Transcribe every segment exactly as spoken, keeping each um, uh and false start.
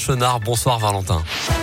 Chenard. Bonsoir Valentin.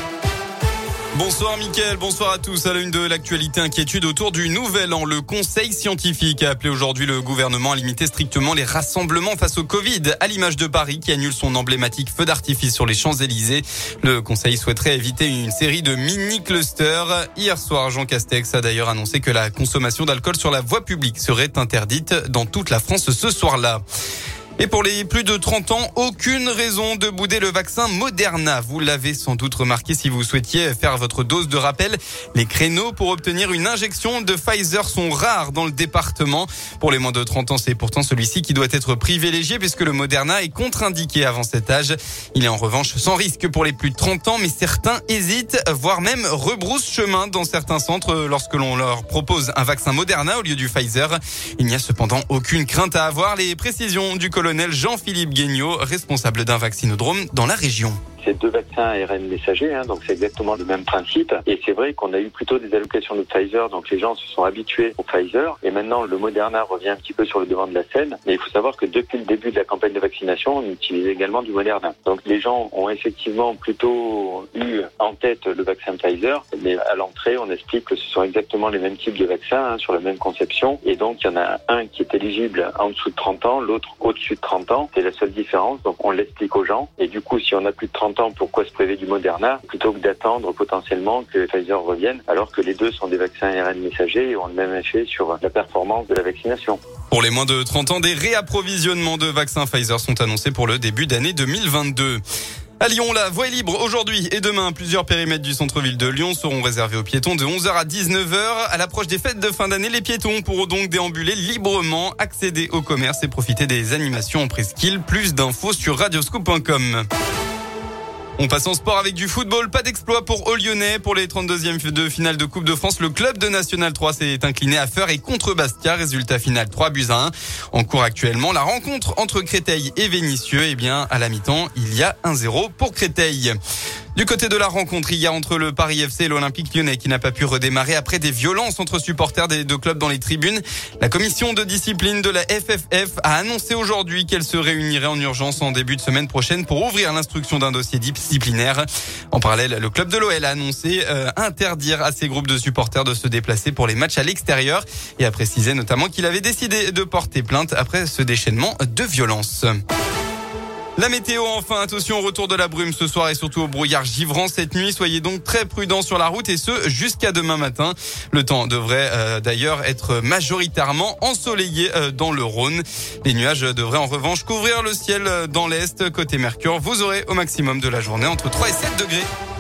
Bonsoir Mickaël, bonsoir à tous. À la une de l'actualité, inquiétude autour du nouvel an. Le conseil scientifique a appelé aujourd'hui le gouvernement à limiter strictement les rassemblements face au Covid, à l'image de Paris qui annule son emblématique feu d'artifice sur les Champs-Élysées. Le conseil souhaiterait éviter une série de mini-clusters. Hier soir, Jean Castex a d'ailleurs annoncé que la consommation d'alcool sur la voie publique serait interdite dans toute la France ce soir-là. Et pour les plus de trente ans, aucune raison de bouder le vaccin Moderna. Vous l'avez sans doute remarqué si vous souhaitiez faire votre dose de rappel. Les créneaux pour obtenir une injection de Pfizer sont rares dans le département. Pour les moins de trente ans, c'est pourtant celui-ci qui doit être privilégié puisque le Moderna est contre-indiqué avant cet âge. Il est en revanche sans risque pour les plus de trente ans, mais certains hésitent, voire même rebroussent chemin dans certains centres lorsque l'on leur propose un vaccin Moderna au lieu du Pfizer. Il n'y a cependant aucune crainte à avoir. Les précisions du colonel Jean-Philippe Guignot, responsable d'un vaccinodrome dans la région. C'est deux vaccins A R N messagers, hein, donc c'est exactement le même principe. Et c'est vrai qu'on a eu plutôt des allocations de Pfizer, donc les gens se sont habitués au Pfizer. Et maintenant, le Moderna revient un petit peu sur le devant de la scène. Mais il faut savoir que depuis le début de la campagne de vaccination, on utilise également du Moderna. Donc les gens ont effectivement plutôt eu en tête le vaccin Pfizer. Mais à l'entrée, on explique que ce sont exactement les mêmes types de vaccins, hein, sur la même conception. Et donc, il y en a un qui est éligible en dessous de trente ans, l'autre au-dessus de trente ans. C'est la seule différence. Donc on l'explique aux gens. Et du coup, si on a plus de trente ans, pourquoi se priver du Moderna plutôt que d'attendre potentiellement que Pfizer revienne, alors que les deux sont des vaccins A R N messagers et ont le même effet sur la performance de la vaccination. Pour les moins de trente ans, des réapprovisionnements de vaccins Pfizer sont annoncés pour le début d'année deux mille vingt-deux. À Lyon, la voie est libre aujourd'hui et demain. Plusieurs périmètres du centre-ville de Lyon seront réservés aux piétons de onze heures à dix-neuf heures. À l'approche des fêtes de fin d'année, les piétons pourront donc déambuler librement, accéder au commerce et profiter des animations en presqu'île. Plus d'infos sur radioscoop point com. On passe en sport avec du football. Pas d'exploit pour aux Lyonnais. Pour les trente-deuxièmes de finale de Coupe de France, le club de National trois s'est incliné à Feur et contre Bastia. Résultat final trois buts à un. En cours actuellement, la rencontre entre Créteil et Vénissieux. Eh bien, à la mi-temps, il y a un zéro pour Créteil. Du côté de la rencontre, il y a entre le Paris F C et l'Olympique Lyonnais qui n'a pas pu redémarrer après des violences entre supporters des deux clubs dans les tribunes. La commission de discipline de la F F F a annoncé aujourd'hui qu'elle se réunirait en urgence en début de semaine prochaine pour ouvrir l'instruction d'un dossier disciplinaire. En parallèle, le club de l'O L a annoncé euh, interdire à ces groupes de supporters de se déplacer pour les matchs à l'extérieur et a précisé notamment qu'il avait décidé de porter plainte après ce déchaînement de violence. La météo, enfin, attention au retour de la brume ce soir et surtout au brouillard givrant cette nuit. Soyez donc très prudents sur la route et ce, jusqu'à demain matin. Le temps devrait euh, d'ailleurs être majoritairement ensoleillé euh, dans le Rhône. Les nuages devraient en revanche couvrir le ciel dans l'Est. Côté Mercure, vous aurez au maximum de la journée entre trois et sept degrés.